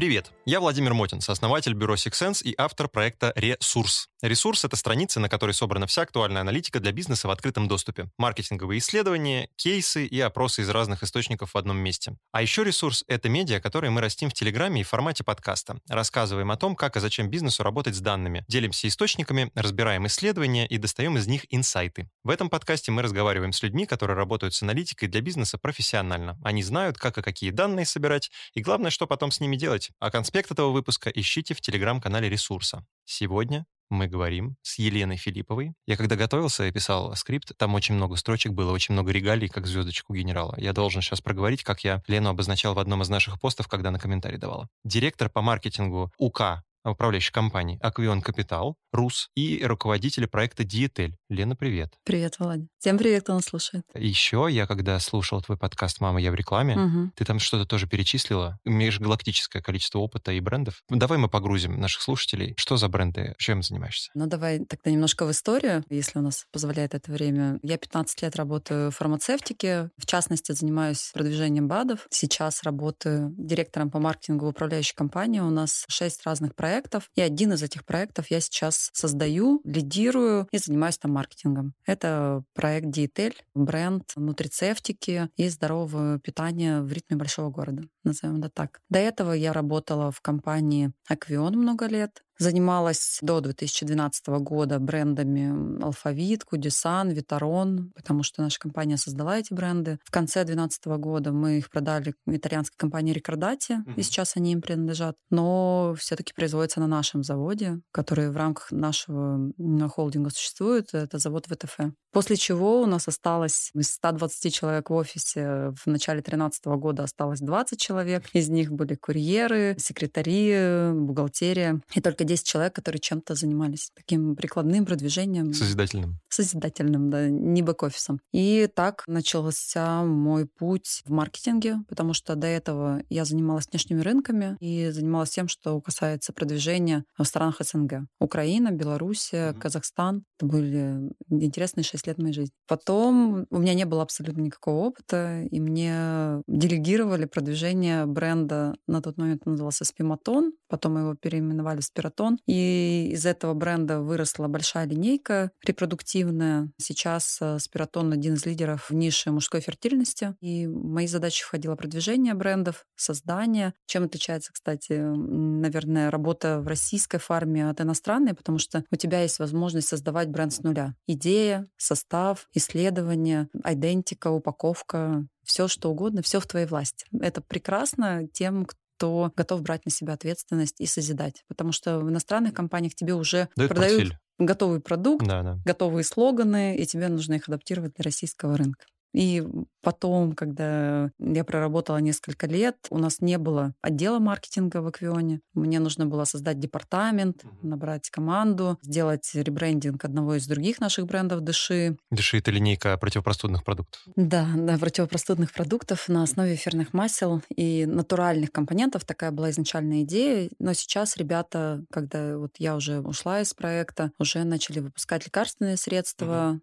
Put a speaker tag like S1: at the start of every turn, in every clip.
S1: Привет, я Владимир Мотин, сооснователь бюро Six Sense и автор проекта «Ресурс». «Ресурс» — это страница, на которой собрана вся актуальная аналитика для бизнеса в открытом доступе. Маркетинговые исследования, кейсы и опросы из разных источников в одном месте. А еще «Ресурс» — это медиа, которые мы растим в Телеграме и в формате подкаста. Рассказываем о том, как и зачем бизнесу работать с данными. Делимся источниками, разбираем исследования и достаем из них инсайты. В этом подкасте мы разговариваем с людьми, которые работают с аналитикой для бизнеса профессионально. Они знают, как и какие данные собирать, и главное, что потом с ними делать. А конспект этого выпуска ищите в телеграм-канале «Ресурса». Сегодня мы говорим с Еленой Филипповой. Я когда готовился и писал скрипт, там очень много строчек было, очень много регалий, как звездочку генерала. Я должен сейчас проговорить, как я Лену обозначал в одном из наших постов, когда на комментарий давала. Директор по маркетингу УК, управляющей компании Аквион Капитал, РУС, и руководитель проекта Диетель. Лена, привет.
S2: Привет, Володя. Всем привет, кто нас слушает.
S1: Еще я, когда слушал твой подкаст «Мама, я в рекламе», ты там что-то тоже перечислила, межгалактическое количество опыта и брендов. Давай мы погрузим наших слушателей. Что за бренды? Чем занимаешься?
S2: Ну, давай тогда немножко в историю, если у нас позволяет это время. Я 15 лет работаю в фармацевтике, в частности, занимаюсь продвижением БАДов. Сейчас работаю директором по маркетингу в управляющей компании. У нас 6 разных проектов, и один из этих проектов я сейчас создаю, лидирую и занимаюсь там маркетингом. Это проект Диетель, бренд нутрицептики и здорового питания в ритме большого города, назовем это так. До этого я работала в компании Аквион много лет. Занималась до 2012 года брендами Алфавит, Кудисан, Витарон, потому что наша компания создала эти бренды. В конце 2012 года мы их продали итальянской компании Рикардати, и сейчас они им принадлежат. Но все-таки производится на нашем заводе, который в рамках нашего холдинга существует. Это завод ВТФ. После чего у нас осталось из 120 человек в офисе в начале 2013 года осталось 20 человек. Из них были курьеры, секретари, бухгалтерия. И только 10 человек, которые чем-то занимались таким прикладным продвижением. Созидательным, да, не бэк-офисом. И так начался мой путь в маркетинге, потому что до этого я занималась внешними рынками и занималась тем, что касается продвижения в странах СНГ. Украина, Белоруссия, Казахстан. Это были интересные 6 лет моей жизни. Потом у меня не было абсолютно никакого опыта, и мне делегировали продвижение бренда. На тот момент он назывался Спиматон, потом его переименовали в Спиратон. И из этого бренда выросла большая линейка репродуктивная. Сейчас Спиратон один из лидеров в нише мужской фертильности. И в мои задачи входило продвижение брендов, создание. Чем отличается, кстати, наверное, работа в российской фарме от иностранной, потому что у тебя есть возможность создавать бренд с нуля. Идея, состав, исследование, идентика, упаковка, все что угодно, все в твоей власти. Это прекрасно тем, кто готов брать на себя ответственность и созидать. Потому что в иностранных компаниях тебе уже продают портфель, готовый продукт, готовые слоганы, и тебе нужно их адаптировать для российского рынка. И потом, когда я проработала несколько лет, у нас не было отдела маркетинга в Аквионе. Мне нужно было создать департамент, набрать команду, сделать ребрендинг одного из других наших брендов Дыши.
S1: Дыши — это линейка противопростудных продуктов.
S2: Да, противопростудных продуктов на основе эфирных масел и натуральных компонентов. Такая была изначальная идея. Но сейчас ребята, когда вот я уже ушла из проекта, уже начали выпускать лекарственные средства.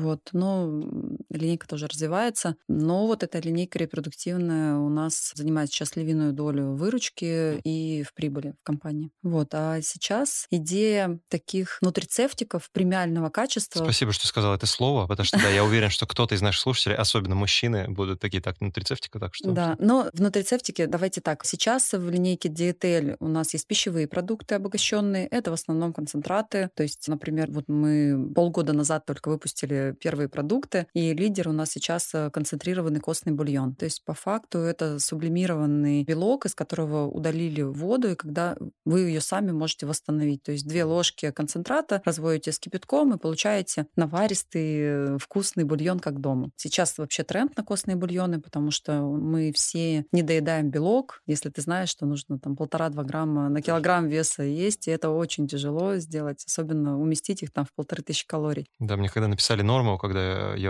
S2: Линейка тоже развивается. Но вот эта линейка репродуктивная у нас занимает сейчас львиную долю выручки и в прибыли в компании. А сейчас идея таких нутрицептиков премиального качества...
S1: Спасибо, что сказала это слово, потому что, я уверен, что кто-то из наших слушателей, особенно мужчины, будут такие, так, нутрицептика, так что...
S2: Да, но в нутрицептике, давайте так, сейчас в линейке Диетель у нас есть пищевые продукты обогащенные, это в основном концентраты. То есть, например, мы полгода назад только выпустили первые продукты, и лидер у нас сейчас концентрированный костный бульон. То есть, по факту, это сублимированный белок, из которого удалили воду, и когда вы ее сами можете восстановить. То есть 2 ложки концентрата разводите с кипятком и получаете наваристый вкусный бульон, как дома. Сейчас вообще тренд на костные бульоны, потому что мы все не доедаем белок. Если ты знаешь, что нужно 1,5-2 грамма на килограмм веса есть, и это очень тяжело сделать, особенно уместить их в 1500 калорий.
S1: Да, мне когда написали норму, когда я в зал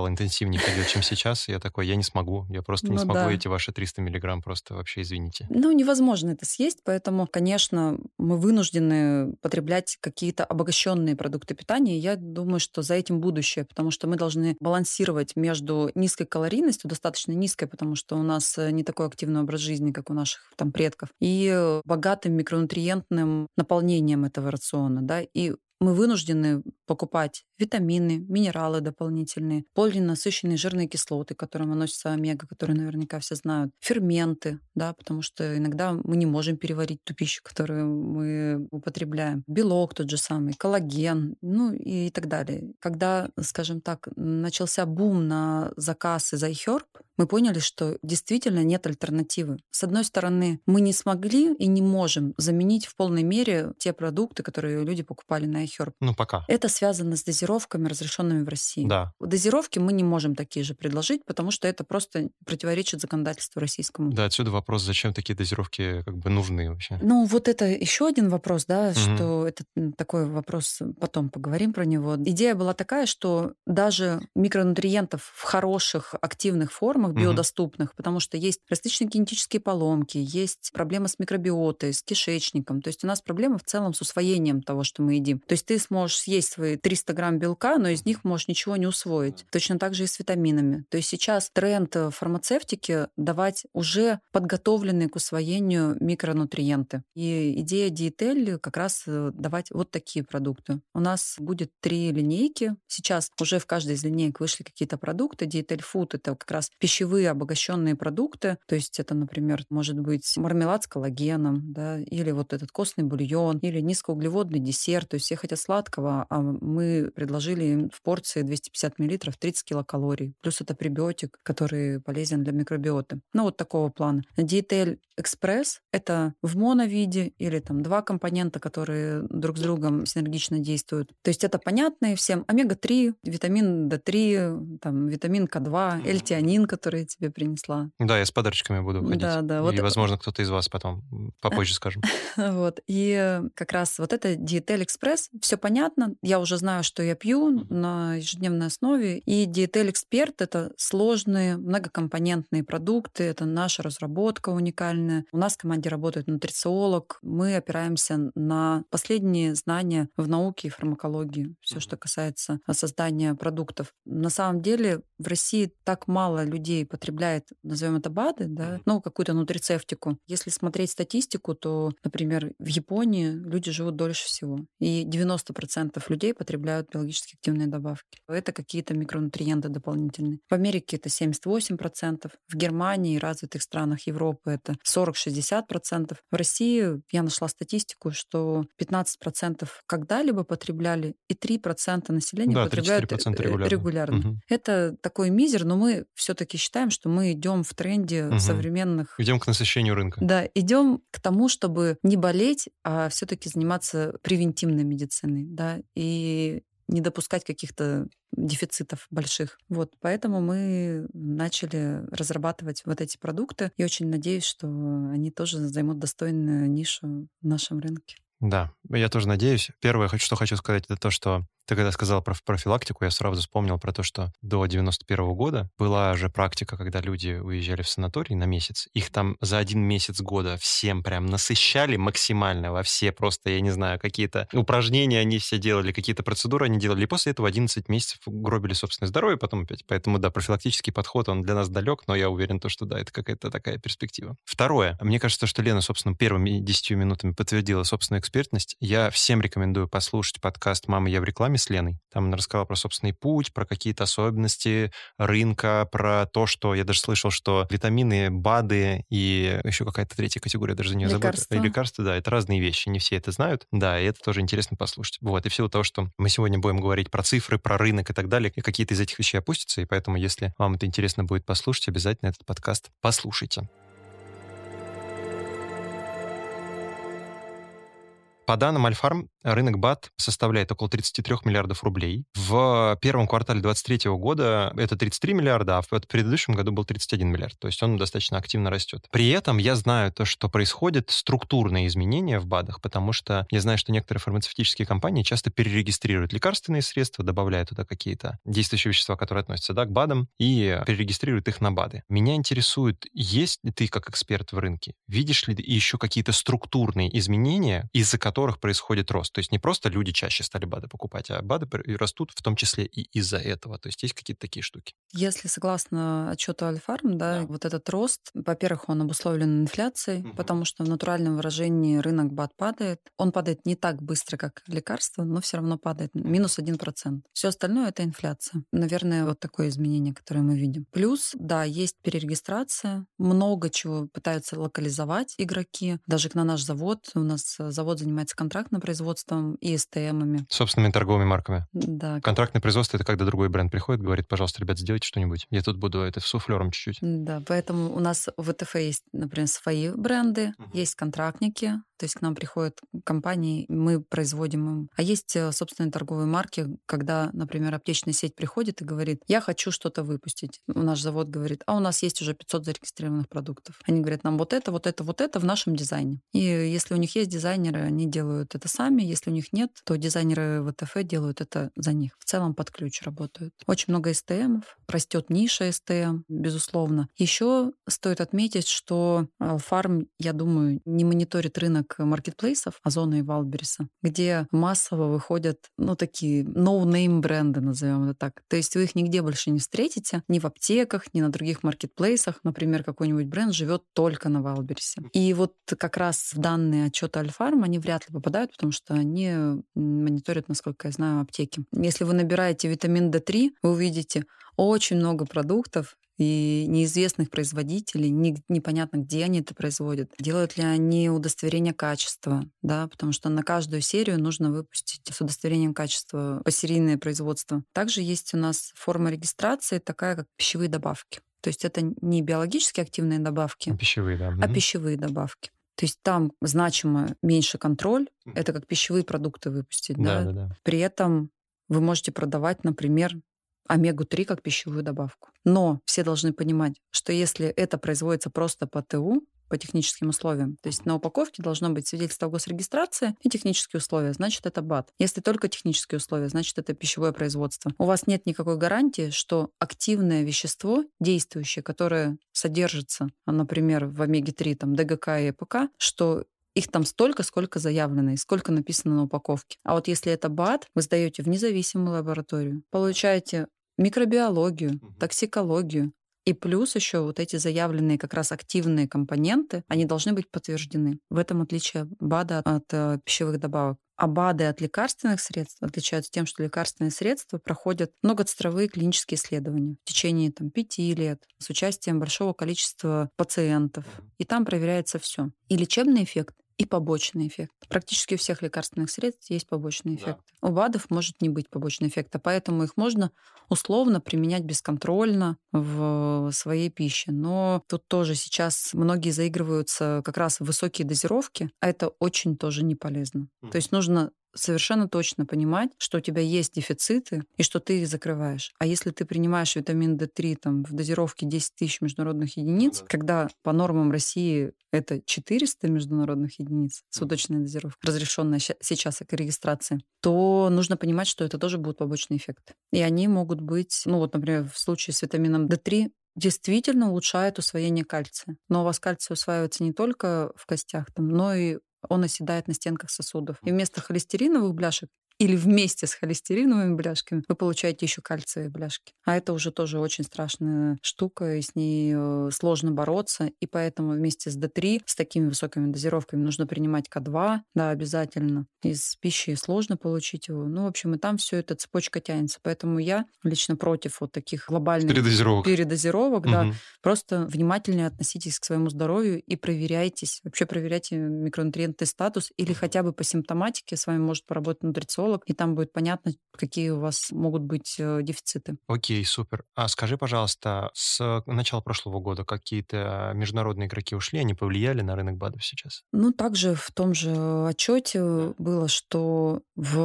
S1: стало интенсивнее ходить, чем сейчас. Я такой, я не смогу. Я просто не смогу эти ваши 300 миллиграмм просто вообще, извините.
S2: Невозможно это съесть, поэтому, конечно, мы вынуждены потреблять какие-то обогащенные продукты питания. Я думаю, что за этим будущее, потому что мы должны балансировать между низкой калорийностью, достаточно низкой, потому что у нас не такой активный образ жизни, как у наших там предков, и богатым микронутриентным наполнением этого рациона, да, и мы вынуждены покупать витамины, минералы дополнительные, полиненасыщенные жирные кислоты, к которым относится омега, которые наверняка все знают, ферменты, да, потому что иногда мы не можем переварить ту пищу, которую мы употребляем. Белок тот же самый, коллаген, и так далее. Когда, скажем так, начался бум на заказ из iHerb, мы поняли, что действительно нет альтернативы. С одной стороны, мы не смогли и не можем заменить в полной мере те продукты, которые люди покупали на iHerb.
S1: Пока.
S2: Это связано с дозировками, разрешенными в России.
S1: Да.
S2: Дозировки мы не можем такие же предложить, потому что это просто противоречит законодательству российскому.
S1: Да, отсюда вопрос, зачем такие дозировки нужны вообще?
S2: Это еще один вопрос, да, что это такой вопрос, потом поговорим про него. Идея была такая, что даже микронутриентов в хороших активных формах, биодоступных, потому что есть различные генетические поломки, есть проблемы с микробиотой, с кишечником. То есть у нас проблема в целом с усвоением того, что мы едим. То есть ты сможешь съесть свои 300 грамм белка, но из них можешь ничего не усвоить. Точно так же и с витаминами. То есть сейчас тренд фармацевтики давать уже подготовленные к усвоению микронутриенты. И идея Диетель как раз давать вот такие продукты. У нас будет 3 линейки. Сейчас уже в каждой из линеек вышли какие-то продукты. Диетель Food — это как раз пищевые обогащенные продукты. То есть это, например, может быть мармелад с коллагеном, да, или вот этот костный бульон, или низкоуглеводный десерт. То есть все хотят сладкого, а мы предложили им в порции 250 мл 30 килокалорий. Плюс это пребиотик, который полезен для микробиоты. Вот такого плана. Диетель Экспресс — это в моновиде или там 2 компонента, которые друг с другом синергично действуют. То есть это понятно всем. Омега-3, витамин D3, там, витамин К2, L-тианин, который я тебе принесла.
S1: Да, я с подарочками буду ходить.
S2: Да.
S1: И, возможно, кто-то из вас потом попозже скажем.
S2: И как раз вот это Диетель Экспресс. Все понятно. Я уже знаю, что я пью на ежедневной основе. И Диетель Эксперт — это сложные, многокомпонентные продукты. Это наша разработка уникальная. У нас в команде работает нутрициолог. Мы опираемся на последние знания в науке и фармакологии. Все, что касается создания продуктов. На самом деле в России так мало людей потребляет, назовем это БАДы, да, какую-то нутрицептику. Если смотреть статистику, то, например, в Японии люди живут дольше всего. И 90% людей потребляют биологически активные добавки. Это какие-то микронутриенты дополнительные. В Америке это 78%. В Германии и развитых странах Европы это 40-60%. В России я нашла статистику, что 15% когда-либо потребляли, и 3% населения потребляют регулярно. Это такой мизер, но мы все-таки считаем, что мы идем в тренде современных...
S1: Идем к насыщению рынка.
S2: Да, идем к тому, чтобы не болеть, а все-таки заниматься превентивной медициной, да, и не допускать каких-то дефицитов больших. Поэтому мы начали разрабатывать вот эти продукты. И очень надеюсь, что они тоже займут достойную нишу в нашем рынке.
S1: Да, я тоже надеюсь. Первое, что хочу сказать, это то, что ты когда сказал про профилактику, я сразу вспомнил про то, что до 91 года была же практика, когда люди уезжали в санаторий на месяц. Их там за 1 месяц года всем прям насыщали максимально во все просто, я не знаю, какие-то упражнения они все делали, какие-то процедуры они делали. И после этого 11 месяцев гробили собственное здоровье, потом опять. Поэтому, да, профилактический подход, он для нас далек, но я уверен, что да, это какая-то такая перспектива. Второе. Мне кажется, что Лена, собственно, первыми 10 минутами подтвердила собственную экспертность. Я всем рекомендую послушать подкаст «Мама, я в рекламе» с Леной. Там она рассказала про собственный путь, про какие-то особенности рынка, про то, что я даже слышал, что витамины, БАДы и еще какая-то третья категория, даже за нее забыл. Лекарства, да, это разные вещи, не все это знают. Да, и это тоже интересно послушать. И в силу того, что мы сегодня будем говорить про цифры, про рынок и так далее, и какие-то из этих вещей опустятся, и поэтому, если вам это интересно будет послушать, обязательно этот подкаст послушайте. По данным Альфарм, рынок БАД составляет около 33 миллиардов рублей. В первом квартале 2023 года это 33 миллиарда, а в предыдущем году был 31 миллиард. То есть он достаточно активно растет. При этом я знаю то, что происходят структурные изменения в БАДах, потому что я знаю, что некоторые фармацевтические компании часто перерегистрируют лекарственные средства, добавляют туда какие-то действующие вещества, которые относятся, да, к БАДам, и перерегистрируют их на БАДы. Меня интересует, есть ли ты как эксперт в рынке, видишь ли еще какие-то структурные изменения, из-за которых происходит рост? То есть не просто люди чаще стали БАДы покупать, а БАДы растут в том числе и из-за этого. То есть есть какие-то такие штуки?
S2: Если согласно отчету Альфарм, да, вот этот рост, во-первых, он обусловлен инфляцией, потому что в натуральном выражении рынок БАД падает. Он падает не так быстро, как лекарства, но все равно падает. Минус 1%. Все остальное — это инфляция. Наверное, вот такое изменение, которое мы видим. Плюс, да, есть перерегистрация. Много чего пытаются локализовать игроки. Даже на наш завод. У нас завод занимается контрактным производством и СТМами.
S1: Собственными торговыми марками.
S2: Да.
S1: Контрактное производство — это когда другой бренд приходит, говорит: пожалуйста, ребят, сделайте что-нибудь. Я тут буду это суфлером чуть-чуть.
S2: Да, поэтому у нас в ВТФ есть, например, свои бренды, есть контрактники, то есть к нам приходят компании, мы производим им. А есть собственные торговые марки, когда, например, аптечная сеть приходит и говорит: я хочу что-то выпустить. Наш завод говорит: а у нас есть уже 500 зарегистрированных продуктов. Они говорят: нам вот это, вот это, вот это в нашем дизайне. И если у них есть дизайнеры, они делают это сами. Если у них нет, то дизайнеры ВТФ делают это за них. В целом под ключ работают. Очень много СТМов, растет ниша СТМ, безусловно. Еще стоит отметить, что Альфарм, я думаю, не мониторит рынок маркетплейсов Озона и Вайлдберриса, где массово выходят, такие no-name бренды, назовем это так. То есть вы их нигде больше не встретите, ни в аптеках, ни на других маркетплейсах. Например, какой-нибудь бренд живет только на Вайлдберрисе. И вот как раз в данные отчета Альфарм они вряд ли попадают, потому что они мониторят, насколько я знаю, аптеки. Если вы набираете витамин D3, вы увидите очень много продуктов и неизвестных производителей, непонятно, где они это производят. Делают ли они удостоверение качества, да, потому что на каждую серию нужно выпустить с удостоверением качества посерийное производство. Также есть у нас форма регистрации, такая как пищевые добавки. То есть это не биологически активные добавки,
S1: Пищевые, да.
S2: а пищевые добавки. То есть там значимо меньше контроль. Это как пищевые продукты выпустить. Да. При этом вы можете продавать, например, омегу-3 как пищевую добавку. Но все должны понимать, что если это производится просто по ТУ, по техническим условиям, то есть на упаковке должно быть свидетельство о госрегистрации и технические условия, значит, это БАД. Если только технические условия, значит, это пищевое производство. У вас нет никакой гарантии, что активное вещество, действующее, которое содержится, например, в омеге-3, там, ДГК и ЭПК, что их там столько, сколько заявлено и сколько написано на упаковке. А вот если это БАД, вы сдаете в независимую лабораторию, получаете микробиологию, токсикологию, и плюс еще вот эти заявленные как раз активные компоненты, они должны быть подтверждены. В этом отличие БАДа от пищевых добавок. А БАДы от лекарственных средств отличаются тем, что лекарственные средства проходят многоцентровые клинические исследования в течение 5 лет с участием большого количества пациентов. И там проверяется все. И лечебный эффект, и побочный эффект. Практически у всех лекарственных средств есть побочный эффект. Да. У БАДов может не быть побочного эффекта, поэтому их можно условно применять бесконтрольно в своей пище. Но тут тоже сейчас многие заигрываются как раз в высокие дозировки, а это очень тоже не полезно. То есть нужно совершенно точно понимать, что у тебя есть дефициты и что ты их закрываешь. А если ты принимаешь витамин D3 в дозировке 10 тысяч международных единиц, когда по нормам России это 400 международных единиц, суточная дозировка, разрешенная сейчас к регистрации, то нужно понимать, что это тоже будут побочные эффекты. И они могут быть, например, в случае с витамином D3, действительно улучшает усвоение кальция. Но у вас кальций усваивается не только в костях, но и он оседает на стенках сосудов. И вместо холестериновых бляшек или вместе с холестериновыми бляшками вы получаете еще кальциевые бляшки. А это уже тоже очень страшная штука, и с ней сложно бороться. И поэтому вместе с D3, с такими высокими дозировками, нужно принимать К2, да, обязательно. Из пищи сложно получить его. В общем, и там все это цепочка тянется. Поэтому я лично против вот таких глобальных передозировок. Да. Просто внимательнее относитесь к своему здоровью и проверяйтесь. Вообще проверяйте микронутриентный статус или хотя бы по симптоматике. С вами может поработать нутрициолог, маркетолог, и там будет понятно, какие у вас могут быть дефициты.
S1: Окей, супер. А скажи, пожалуйста, с начала прошлого года какие-то международные игроки ушли, они повлияли на рынок БАДов сейчас?
S2: Ну, также в том же отчете было, что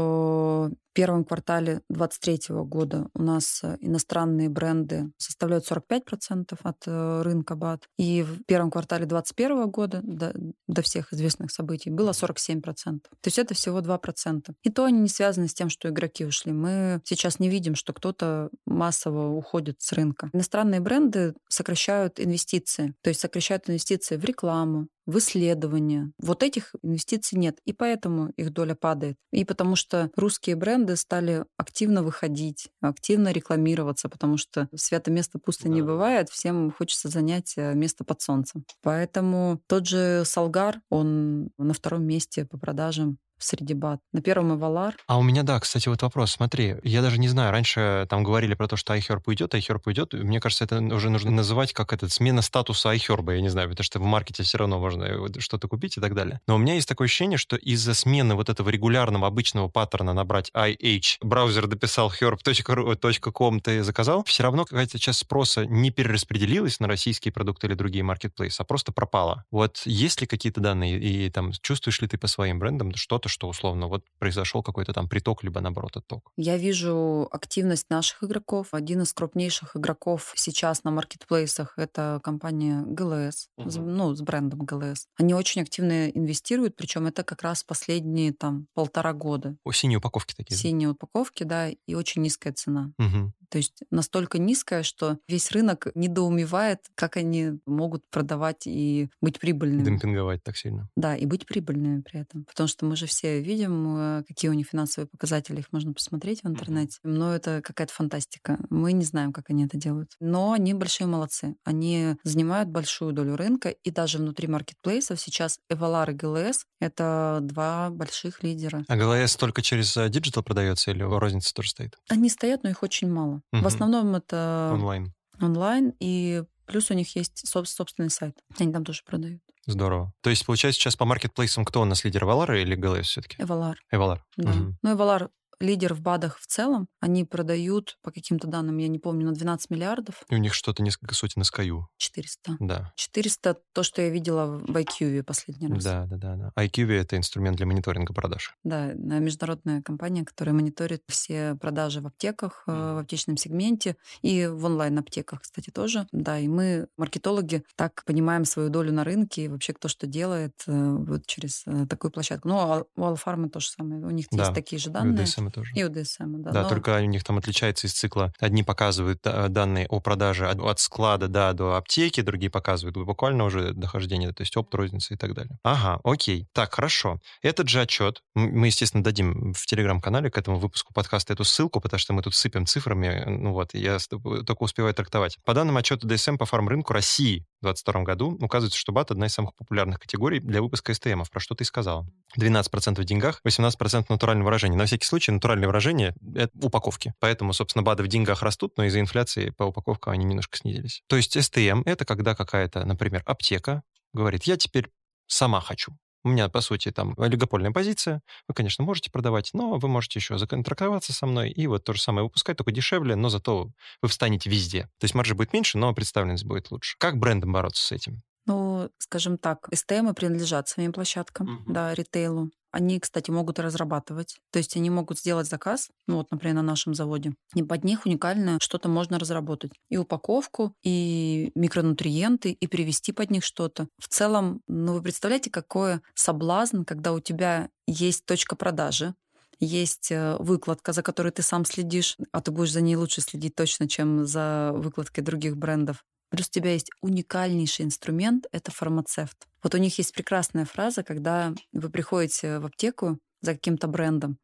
S2: в первом квартале 2023 года у нас иностранные бренды составляют 45% от рынка БАД. И в первом квартале 2021 года до всех известных событий было 47%. То есть это всего 2%. И то они не связаны с тем, что игроки ушли. Мы сейчас не видим, что кто-то массово уходит с рынка. Иностранные бренды сокращают инвестиции. То есть сокращают инвестиции в рекламу, в исследования. Вот этих инвестиций нет, и поэтому их доля падает. И потому что русские бренды стали активно выходить, активно рекламироваться, потому что свято место пусто не бывает, всем хочется занять место под солнцем. Поэтому тот же Салгар, он на втором месте по продажам среди БАД. На первом Эвалар.
S1: А у меня, да, кстати, вот вопрос. Смотри, я даже не знаю, раньше там говорили про то, что iHerb уйдет. Мне кажется, это уже нужно называть как смена статуса iHerb, я не знаю, потому что в маркете все равно можно что-то купить и так далее. Но у меня есть такое ощущение, что из-за смены вот этого регулярного обычного паттерна набрать IH, браузер дописал herb.com, ты заказал, все равно какая-то часть спроса не перераспределилась на российские продукты или другие маркетплейсы, а просто пропала. Вот есть ли какие-то данные, и там чувствуешь ли ты по своим брендам что-то, что условно вот произошел какой-то там приток, либо наоборот отток?
S2: Я вижу активность наших игроков. Один из крупнейших игроков сейчас на маркетплейсах — это компания GLS, с брендом GLS. Они очень активно инвестируют, причем это как раз последние там 1,5 года.
S1: Синие упаковки такие.
S2: Синие упаковки, да, и очень низкая цена.
S1: Угу.
S2: То есть настолько низкая, что весь рынок недоумевает, как они могут продавать и быть прибыльными.
S1: Демпинговать так сильно.
S2: Да, и быть прибыльными при этом. Потому что мы же все видим, какие у них финансовые показатели, их можно посмотреть в интернете. Но это какая-то фантастика. Мы не знаем, как они это делают. Но они большие молодцы. Они занимают большую долю рынка, и даже внутри маркетплейсов сейчас Эвалар и GLS — это два больших лидера.
S1: А GLS только через диджитал продается или розница тоже стоит?
S2: Они стоят, но их очень мало. В основном это онлайн, и плюс у них есть собственный сайт. Они там тоже продают.
S1: Здорово. То есть, получается, сейчас по маркетплейсам кто у нас лидер, Эвалар или GLS все-таки?
S2: Эвалар.
S1: Да.
S2: Угу. Ну, Эвалар лидер в БАДах в целом. Они продают, по каким-то данным, я не помню, на 12 миллиардов.
S1: И у них что-то несколько сотен SKU.
S2: 400.
S1: Да.
S2: 400 — то, что я видела в IQVIA последний раз.
S1: Да. IQVIA — это инструмент для мониторинга продаж.
S2: Да, международная компания, которая мониторит все продажи в аптеках, в аптечном сегменте и в онлайн-аптеках, кстати, тоже. Да, и мы, маркетологи, так понимаем свою долю на рынке и вообще кто что делает вот через такую площадку. Ну, а у Алфармы то же самое. У них есть такие же данные.
S1: Тоже.
S2: И у ДСМ, да.
S1: Да, только у них там отличается из цикла. Одни показывают данные о продаже от склада до аптеки, другие показывают буквально уже дохождение, то есть опт, розница и так далее. Ага, окей. Так, хорошо. Этот же отчет мы, естественно, дадим в Телеграм-канале к этому выпуску подкаста эту ссылку, потому что мы тут сыпем цифрами. Ну вот, я только успеваю трактовать. По данным отчета ДСМ по фармрынку России в 2022 году указывается, что БАД — одна из самых популярных категорий для выпуска СТМов, про что ты и сказала. 12% в деньгах, 18% в натуральном выражении. На всякий случай, натуральное выражение — это упаковки. Поэтому, собственно, БАДы в деньгах растут, но из-за инфляции по упаковкам они немножко снизились. То есть СТМ — это когда какая-то, например, аптека говорит: я теперь сама хочу. У меня, по сути, там олигопольная позиция. Вы, конечно, можете продавать, но вы можете еще законтрактоваться со мной и вот то же самое выпускать, только дешевле, но зато вы встанете везде. То есть маржа будет меньше, но представленность будет лучше. Как брендам бороться с этим?
S2: Ну, скажем так, СТМы принадлежат своим площадкам, да, ритейлу. Они, кстати, могут и разрабатывать. То есть они могут сделать заказ, ну вот, например, на нашем заводе, и под них уникальное что-то можно разработать. И упаковку, и микронутриенты, и привести под них что-то. В целом, ну вы представляете, какой соблазн, когда у тебя есть точка продажи, есть выкладка, за которой ты сам следишь, а ты будешь за ней лучше следить точно, чем за выкладкой других брендов. Плюс у тебя есть уникальнейший инструмент — это фармацевт. Вот у них есть прекрасная фраза, когда вы приходите в аптеку за каким-то брендом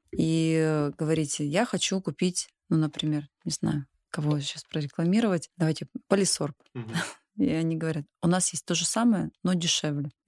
S2: и говорите: я хочу купить, ну, например, не знаю, кого сейчас прорекламировать, давайте, Полисорб. И они говорят: у нас есть то же самое, но дешевле.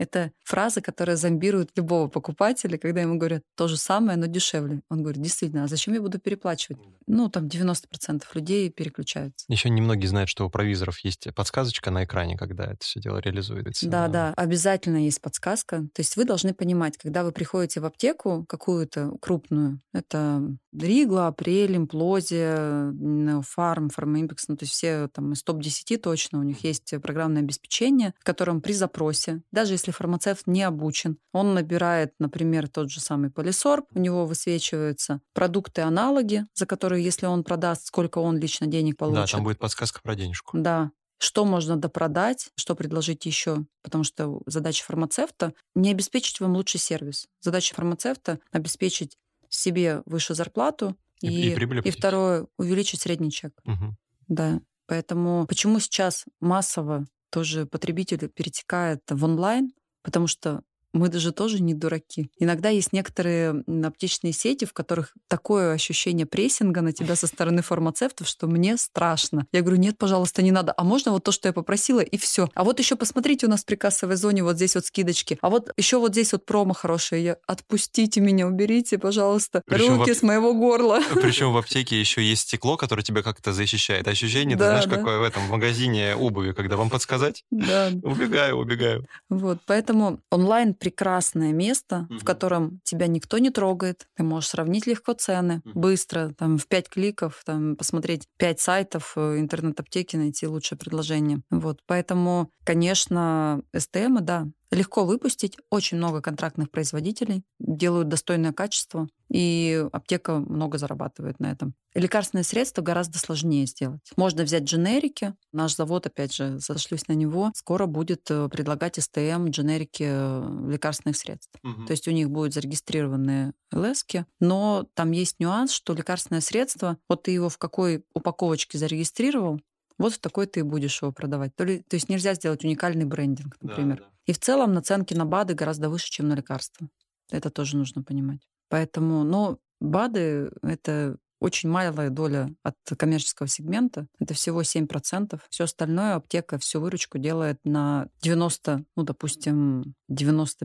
S2: Это фраза, которая зомбирует любого покупателя, когда ему говорят то же самое, но дешевле. Он говорит, действительно, а зачем я буду переплачивать? Ну, там 90% людей переключаются.
S1: Еще немногие знают, что у провизоров есть подсказочка на экране, когда это все дело реализуется.
S2: Да, обязательно есть подсказка. То есть вы должны понимать, когда вы приходите в аптеку какую-то крупную, это Ригла, Апрель, Имплозия, Неофарм, Фармимпекс, ну, то есть все там из топ-10 точно, у них есть программное обеспечение, в котором при запросе, даже если фармацевт не обучен, он набирает, например, тот же самый Полисорб, у него высвечиваются продукты-аналоги, за которые, если он продаст, сколько он лично денег получит.
S1: Да, там будет подсказка про денежку.
S2: Да. Что можно допродать, что предложить еще. Потому что задача фармацевта не обеспечить вам лучший сервис. Задача фармацевта обеспечить себе выше зарплату и второе, увеличить средний чек.
S1: Угу.
S2: Да. Поэтому почему сейчас массово тоже потребитель перетекает в онлайн? Потому что мы даже тоже не дураки. Иногда есть некоторые аптечные сети, в которых такое ощущение прессинга на тебя со стороны фармацевтов, что мне страшно. Я говорю, нет, пожалуйста, не надо. А можно вот то, что я попросила, и все. А вот еще посмотрите, у нас при кассовой зоне вот здесь вот скидочки. А вот еще вот здесь вот промо хорошее. Отпустите меня, уберите, пожалуйста, руки с моего горла.
S1: Причем в аптеке еще есть стекло, которое тебя как-то защищает. Ощущение, ты знаешь, какое в этом магазине обуви, когда вам подсказать?
S2: Да.
S1: Убегаю.
S2: Вот, поэтому онлайн прекрасное место, в котором тебя никто не трогает. Ты можешь сравнить легко цены, быстро, там, в 5 кликов, там, посмотреть 5 сайтов интернет-аптеки, найти лучшее предложение. Вот, поэтому, конечно, СТМ, да, легко выпустить. Очень много контрактных производителей делают достойное качество, и аптека много зарабатывает на этом. Лекарственные средства гораздо сложнее сделать. Можно взять дженерики. Наш завод, опять же, зашлюсь на него, скоро будет предлагать СТМ дженерики лекарственных средств. То есть у них будут зарегистрированные ЛСки, но там есть нюанс, что лекарственное средство, вот ты его в какой упаковочке зарегистрировал, вот в такой ты и будешь его продавать. То есть нельзя сделать уникальный брендинг, например. Да. И в целом наценки на БАДы гораздо выше, чем на лекарства. Это тоже нужно понимать. Поэтому, БАДы — это очень малая доля от коммерческого сегмента. Это всего 7%. Все остальное аптека, всю выручку делает на 90, допустим, 95%,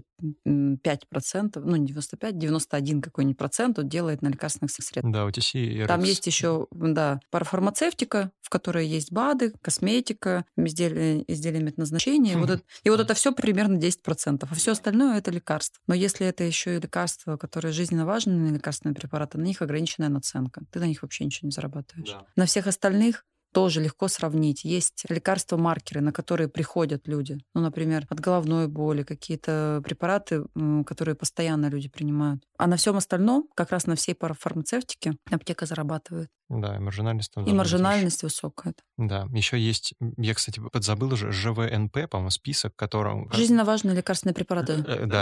S2: не 95, 91 какой-нибудь процент делает на лекарственных средствах.
S1: Да, OTC и RX.
S2: Там есть еще, парафармацевтика, в которой есть БАДы, косметика, изделия медназначения. Вот это все примерно 10%. А все остальное — это лекарства. Но если это еще и лекарства, которые жизненно важны, лекарственные препараты, на них ограниченная наценка. Ты на них вообще ничего не зарабатываешь. Да. На всех остальных тоже легко сравнить. Есть лекарства-маркеры, на которые приходят люди. Например, от головной боли, какие-то препараты, которые постоянно люди принимают. А на всем остальном, как раз на всей парафармацевтике, аптека зарабатывает.
S1: Да, и маржинальность там.
S2: И маржинальность высокая.
S1: Да, еще есть, я, кстати, подзабыл уже, ЖВНП, по-моему, список, в котором...
S2: Жизненно важные лекарственные препараты.
S1: Да,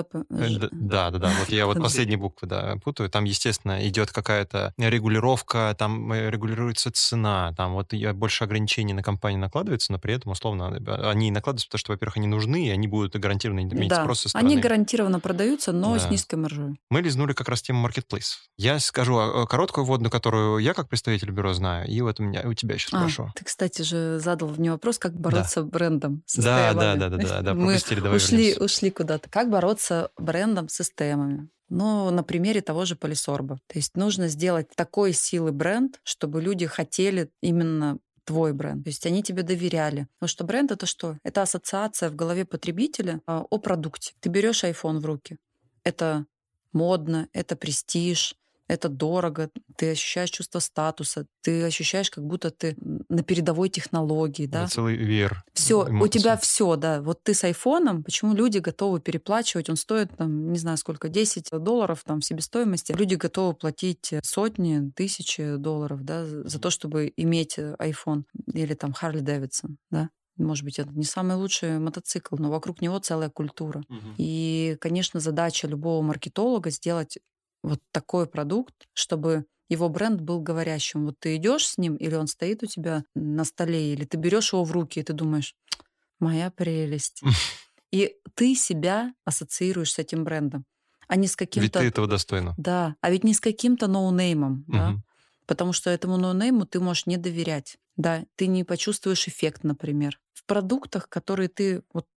S1: вот я последние буквы, путаю. Там, естественно, идет какая-то регулировка, там регулируется цена, там вот больше ограничений на компании накладывается, но при этом, условно, они накладываются, потому что, во-первых, они нужны, и они будут гарантированно иметь спрос со стороны.
S2: Они гарантированно продаются, но с низкой маржой.
S1: Мы лизнули как раз тему маркетплейсов. Я скажу короткую вводную, которую я как представитель бюро знаю, и вот у тебя еще спрошу.
S2: Ты, кстати же, задал мне вопрос, как бороться брендом с
S1: Да, пропустили, давай вернемся.
S2: Ушли куда-то. Как бороться брендом с системами? На примере того же Полисорба. То есть нужно сделать такой силы бренд, чтобы люди хотели именно твой бренд. То есть они тебе доверяли. Потому что бренд — это что? Это ассоциация в голове потребителя о продукте. Ты берешь iPhone в руки. Это модно, это престиж, это дорого, ты ощущаешь чувство статуса, ты ощущаешь, как будто ты на передовой технологии, да?
S1: Это целый веер.
S2: Все, у тебя все, да. Вот ты с айфоном, почему люди готовы переплачивать? Он стоит, не знаю сколько, $10 в себестоимости. Люди готовы платить сотни, тысячи долларов, да, за то, чтобы иметь iPhone или Harley Davidson, да? Может быть, это не самый лучший мотоцикл, но вокруг него целая культура. И, конечно, задача любого маркетолога сделать вот такой продукт, чтобы его бренд был говорящим. Вот ты идешь с ним, или он стоит у тебя на столе, или ты берешь его в руки, и ты думаешь, моя прелесть. И ты себя ассоциируешь с этим брендом, а не с каким-то...
S1: Ведь ты этого достойна.
S2: Да, а ведь не с каким-то ноунеймом, да? Потому что этому ноунейму ты можешь не доверять. Да, ты не почувствуешь эффект, например. В продуктах, которые ты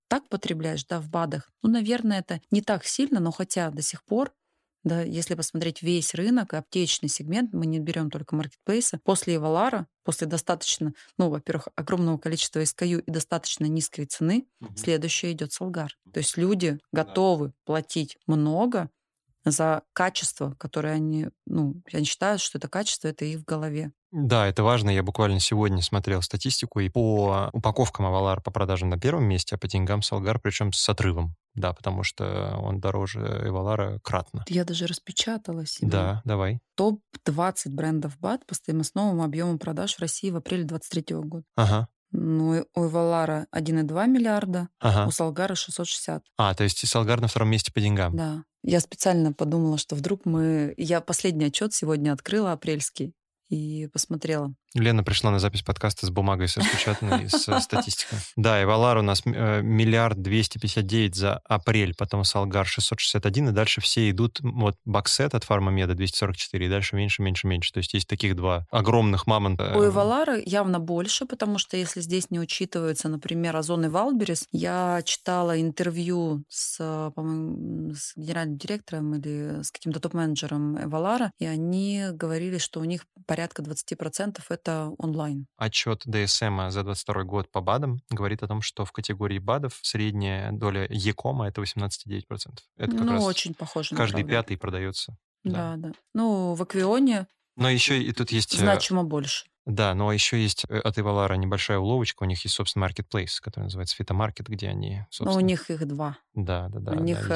S2: так потребляешь, да, в БАДах, ну, наверное, это не так сильно, но хотя до сих пор, да, если посмотреть весь рынок и аптечный сегмент, мы не берем только маркетплейсы, после Эвалара, после достаточно, ну, во-первых, огромного количества SKU и достаточно низкой цены, следующее идет Солгар. То есть люди готовы платить много за качество, которое они, ну, они считают, что это качество, это их в голове.
S1: Да, это важно. Я буквально сегодня смотрел статистику, и по упаковкам Авалар по продажам на первом месте, а по деньгам Солгар, причем с отрывом. Да, потому что он дороже Эвалара кратно.
S2: Я даже распечатала себе.
S1: Да, давай.
S2: Топ-20 брендов БАД по стоимостному объему продаж в России в апреле 2023 года.
S1: Ага.
S2: Ну, у Эвалара 1,2 миллиарда,
S1: Ага.
S2: у Солгара 660.
S1: То есть Солгар на втором месте по деньгам.
S2: Да. Я специально подумала, что вдруг Я последний отчет сегодня открыла, апрельский, и посмотрела.
S1: Лена пришла на запись подкаста с бумагой со распечатанной, с статистикой. Да, Эвалар у нас 1 259 000 000 за апрель, потом Солгар 661, и дальше все идут, вот Баксет от Фармамеда 244, и дальше меньше, меньше, меньше. То есть есть таких два огромных мамонта.
S2: У Эвалара явно больше, потому что если здесь не учитывается, например, Озон и Валберес, я читала интервью по-моему, с генеральным директором или с каким-то топ-менеджером Эвалара, и они говорили, что у них порядка 20% это онлайн.
S1: Отчет ДСМ за 22 год по БАДам говорит о том, что в категории БАДов средняя доля Е-кома — это 18,9%. Это как раз
S2: очень похоже на
S1: каждый
S2: правду.
S1: пятый продается.
S2: Да. Ну, в Аквионе
S1: но еще и тут есть...
S2: значимо больше.
S1: Да, но еще есть от Эвалара небольшая уловочка. У них есть, собственно, маркетплейс, который называется Фитомаркет, где они, собственно...
S2: Но у них их два.
S1: Да.
S2: У них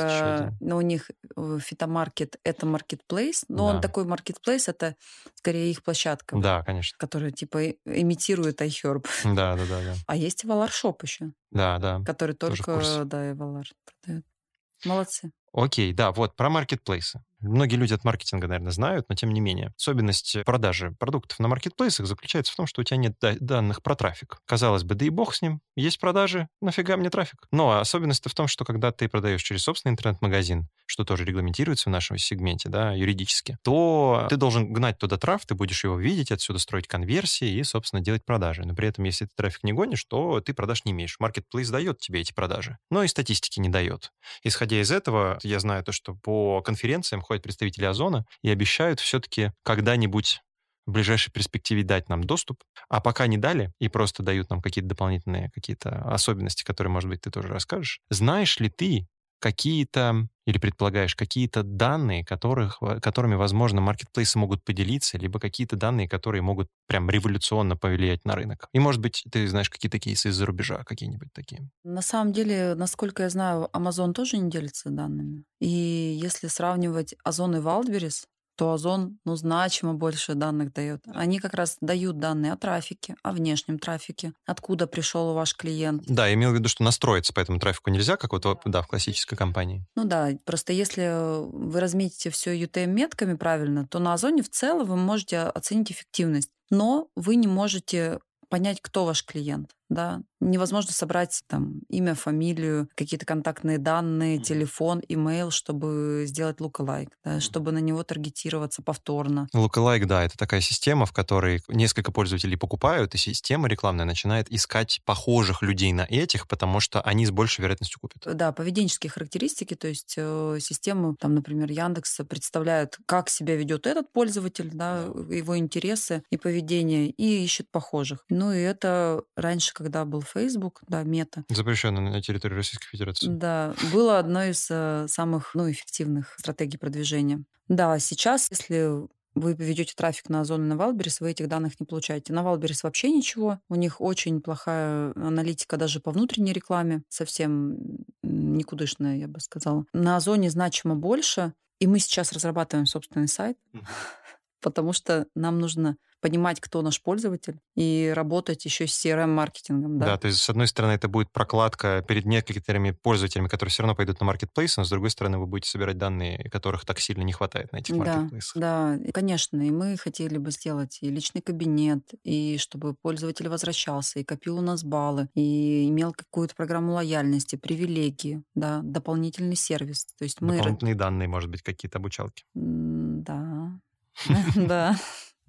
S2: Фитомаркет — это маркетплейс, но он такой маркетплейс, это скорее их площадка.
S1: Да, конечно.
S2: Которая типа имитирует iHerb.
S1: Да.
S2: А есть Эвалар Шоп еще.
S1: Да.
S2: Который только, Эвалар продает. Молодцы.
S1: Окей, да, вот про маркетплейсы. Многие люди от маркетинга, наверное, знают, но тем не менее. Особенность продажи продуктов на маркетплейсах заключается в том, что у тебя нет данных про трафик. Казалось бы, да и бог с ним. Есть продажи, нафига мне трафик? Но особенность в том, что когда ты продаешь через собственный интернет-магазин, что тоже регламентируется в нашем сегменте, да, юридически, то ты должен гнать туда трафик, ты будешь его видеть, отсюда строить конверсии и, собственно, делать продажи. Но при этом, если ты трафик не гонишь, то ты продаж не имеешь. Маркетплейс дает тебе эти продажи, но и статистики не дает. Исходя из этого, я знаю то, что по конференциям ходят представители Озона и обещают все-таки когда-нибудь в ближайшей перспективе дать нам доступ, а пока не дали и просто дают нам какие-то дополнительные какие-то особенности, которые, может быть, ты тоже расскажешь. Знаешь ли ты какие-то, или предполагаешь, какие-то данные, которыми, возможно, маркетплейсы могут поделиться, либо какие-то данные, которые могут прям революционно повлиять на рынок? И, может быть, ты знаешь какие-то кейсы из-за рубежа, какие-нибудь такие?
S2: На самом деле, насколько я знаю, Amazon тоже не делится данными. И если сравнивать Озон и Wildberries, то Озон, значимо больше данных дает. Они как раз дают данные о трафике, о внешнем трафике, откуда пришел ваш клиент.
S1: Да, я имел в виду, что настроиться по этому трафику нельзя, как вот в классической компании.
S2: Ну да, просто если вы разметите все UTM-метками правильно, то на Озоне в целом вы можете оценить эффективность, но вы не можете понять, кто ваш клиент. Да? Невозможно собрать там имя, фамилию, какие-то контактные данные, телефон, имейл, чтобы сделать lookalike, да, чтобы на него таргетироваться повторно.
S1: Lookalike, да, это такая система, в которой несколько пользователей покупают, и система рекламная начинает искать похожих людей на этих, потому что они с большей вероятностью купят.
S2: Да, поведенческие характеристики, то есть систему, там, например, Яндекс представляет, как себя ведет этот пользователь, да, его интересы и поведение, и ищет похожих. Ну и это раньше, когда был Facebook, да, Мета.
S1: Запрещенный на территории Российской Федерации.
S2: Да, было одной из самых эффективных стратегий продвижения. Да, сейчас, если вы ведете трафик на Озон и на Wildberries, вы этих данных не получаете. На Wildberries вообще ничего. У них очень плохая аналитика даже по внутренней рекламе. Совсем никудышная, я бы сказала. На Озоне значимо больше. И мы сейчас разрабатываем собственный сайт, потому что нам нужно понимать, кто наш пользователь, и работать еще с CRM-маркетингом.
S1: Да, то есть, с одной стороны, это будет прокладка перед некоторыми пользователями, которые все равно пойдут на маркетплейс, но с другой стороны, вы будете собирать данные, которых так сильно не хватает на этих маркетплейсах.
S2: Да, конечно. И мы хотели бы сделать и личный кабинет, и чтобы пользователь возвращался, и копил у нас баллы, и имел какую-то программу лояльности, привилегии, да, дополнительный сервис. То есть
S1: дополнительные данные, может быть, какие-то обучалки.
S2: Да. Да.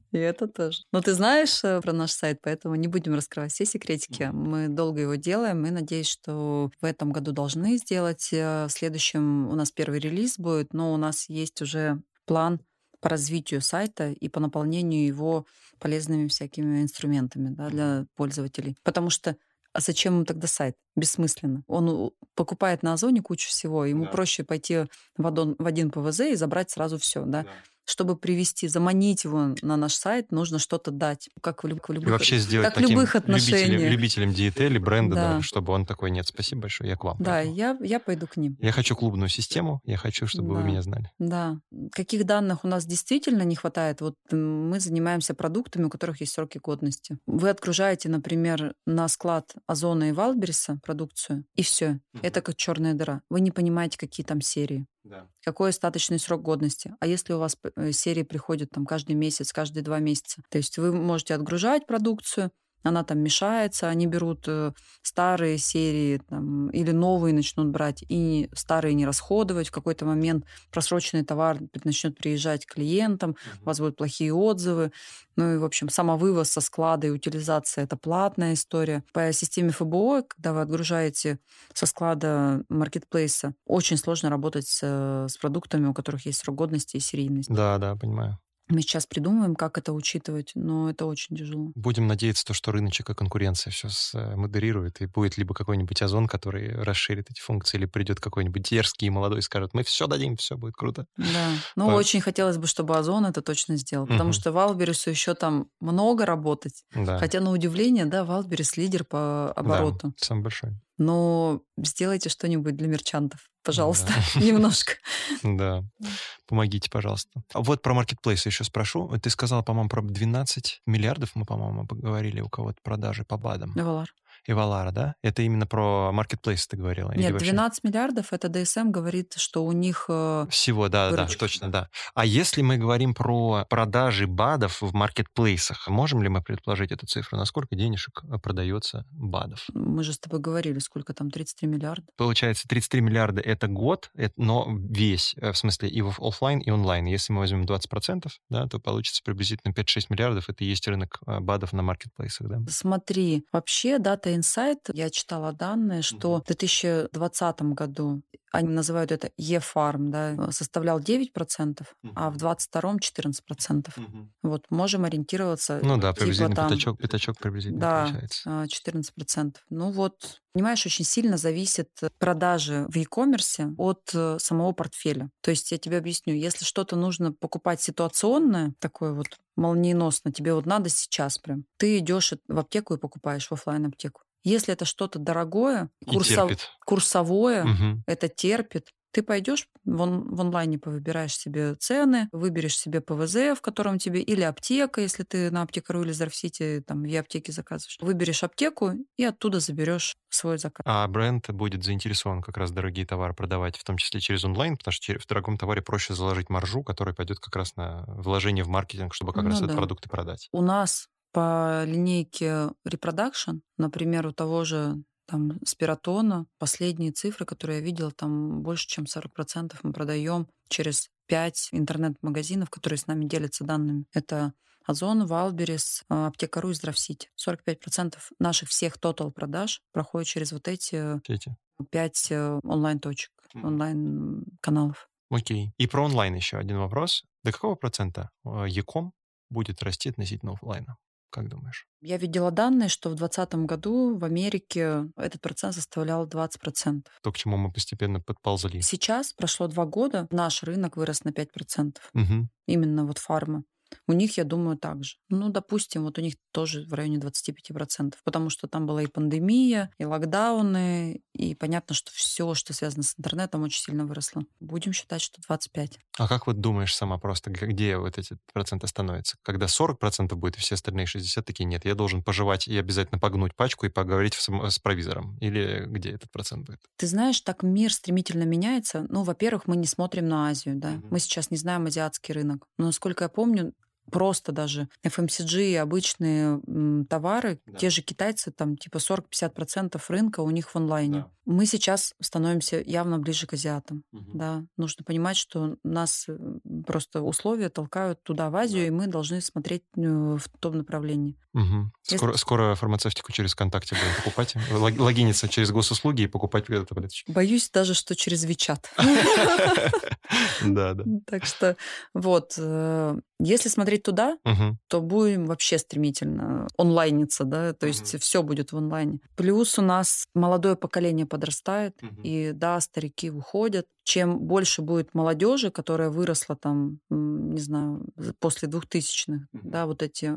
S2: И это тоже. Но ты знаешь про наш сайт, поэтому не будем раскрывать все секретики. Мы долго его делаем, и надеюсь, что в этом году должны сделать. В следующем у нас первый релиз будет, но у нас есть уже план по развитию сайта и по наполнению его полезными всякими инструментами, да, для пользователей. Потому что зачем ему тогда сайт? Бессмысленно. Он покупает на Озоне кучу всего, ему проще пойти в один ПВЗ и забрать сразу все, да. Чтобы привести, заманить его на наш сайт, нужно что-то дать. Как в любых,
S1: и вообще сделать
S2: как в
S1: таким
S2: любых отношениях.
S1: любителем диетели, бренда, да, чтобы он такой, нет, спасибо большое, я к вам.
S2: Да, я пойду к ним.
S1: Я хочу клубную систему, я хочу, чтобы вы меня знали.
S2: Да. Каких данных у нас действительно не хватает? Вот мы занимаемся продуктами, у которых есть сроки годности. Вы отгружаете, например, на склад Озона и Вайлдберриса продукцию, и все. Это как черная дыра. Вы не понимаете, какие там серии. Да. Какой остаточный срок годности? А если у вас серии приходят там каждый месяц, каждые 2 месяца? То есть вы можете отгружать продукцию, она там мешается, они берут старые серии там, или новые начнут брать, и старые не расходовать. В какой-то момент просроченный товар начнет приезжать к клиентам, у вас будут плохие отзывы. Ну и, в общем, самовывоз со склада и утилизация – это платная история. По системе ФБО, когда вы отгружаете со склада маркетплейса, очень сложно работать с продуктами, у которых есть срок годности и серийность.
S1: Да, понимаю.
S2: Мы сейчас придумаем, как это учитывать, но это очень тяжело.
S1: Будем надеяться, что рыночек и конкуренция все модерирует, и будет либо какой-нибудь Озон, который расширит эти функции, или придет какой-нибудь дерзкий и молодой и скажет, мы все дадим, все будет круто.
S2: Да, очень хотелось бы, чтобы Озон это точно сделал, потому что Вайлдберрису еще там много работать. Да. Хотя, на удивление, да, Вайлдберрис лидер по обороту.
S1: Да, самый большой.
S2: Но сделайте что-нибудь для мерчантов, пожалуйста, немножко.
S1: Да, помогите, пожалуйста. Вот про маркетплейсы еще спрошу. Ты сказала, по-моему, про 12 миллиардов мы, по-моему, поговорили у кого-то продажи по БАДам. Эвалара, да? Это именно про маркетплейсы ты говорила?
S2: Нет, 12 миллиардов, это ДСМ говорит, что у них
S1: всего, да, точно, да. А если мы говорим про продажи БАДов в маркетплейсах, можем ли мы предположить эту цифру? Насколько денежек продается БАДов?
S2: Мы же с тобой говорили, сколько там, 33 миллиарда.
S1: Получается, 33 миллиарда — это год, но весь, в смысле и в офлайн, и онлайн. Если мы возьмем 20%, да, то получится приблизительно 5-6 миллиардов. Это и есть рынок БАДов на маркетплейсах, да?
S2: Смотри, вообще Data Insight, я читала данные, что в 2020 году, они называют это e-farm, да, составлял 9%, а в 2022 14%. Вот, можем ориентироваться.
S1: Ну да, приблизительно там, пятачок приблизительно получается.
S2: Да, 14%. Ну вот, понимаешь, очень сильно зависит продажи в e-commerce от самого портфеля. То есть я тебе объясню, если что-то нужно покупать ситуационное, такое вот молниеносно, тебе вот надо сейчас прям, ты идешь в аптеку и покупаешь в офлайн аптеку. Если это что-то дорогое, курсовое, это терпит, ты пойдешь в онлайне, повыбираешь себе цены, выберешь себе ПВЗ, в котором тебе, или аптека, если ты на Аптека.ру или Здравсити, там, в e-аптеке заказываешь. Выберешь аптеку и оттуда заберешь свой заказ.
S1: А бренд будет заинтересован как раз дорогие товары продавать, в том числе через онлайн, потому что в дорогом товаре проще заложить маржу, которая пойдет как раз на вложение в маркетинг, чтобы как раз этот продукт и продать.
S2: У нас по линейке Reproduction, например, у того же там Спиратона, последние цифры, которые я видела, там больше, чем 40% мы продаем через 5 интернет-магазинов, которые с нами делятся данными. Это Озон, Вайлдберрис, Аптека.ру и Здравсити. 45% наших всех тотал продаж проходят через вот эти 5 онлайн-точек, онлайн-каналов.
S1: Окей. И про онлайн еще один вопрос. До какого процента e-com будет расти относительно офлайна? Как думаешь?
S2: Я видела данные, что в 2020 году в Америке этот процент составлял 20%.
S1: То, к чему мы постепенно подползли.
S2: Сейчас, прошло 2 года, наш рынок вырос на 5%. Именно вот фарма. У них, я думаю, так же. Ну, допустим, вот у них тоже в районе 25%, потому что там была и пандемия, и локдауны, и понятно, что все, что связано с интернетом, очень сильно выросло. Будем считать, что 25%.
S1: А как вот думаешь сама просто, где вот эти проценты становятся? Когда 40% будет, и все остальные 60% такие, нет, я должен пожевать и обязательно погнуть пачку и поговорить с провизором? Или где этот процент будет?
S2: Ты знаешь, так мир стремительно меняется. Ну, во-первых, мы не смотрим на Азию, да. Мы сейчас не знаем азиатский рынок. Но, насколько я помню, просто даже FMCG и обычные товары, те же китайцы, там типа 40-50% рынка у них в онлайне. Мы сейчас становимся явно ближе к азиатам. Да. Нужно понимать, что нас просто условия толкают туда, в Азию, и мы должны смотреть в том направлении.
S1: Скоро фармацевтику через ВКонтакте будем покупать. Логиниться через госуслуги и покупать таблеточки.
S2: Боюсь даже, что через Вичат.
S1: Да.
S2: Так что вот, если смотреть туда, то будем вообще стремительно онлайниться, да, то есть все будет в онлайне. Плюс у нас молодое поколение подрастает, и да, старики уходят. Чем больше будет молодежи, которая выросла там, не знаю, после 2000-х, да, вот эти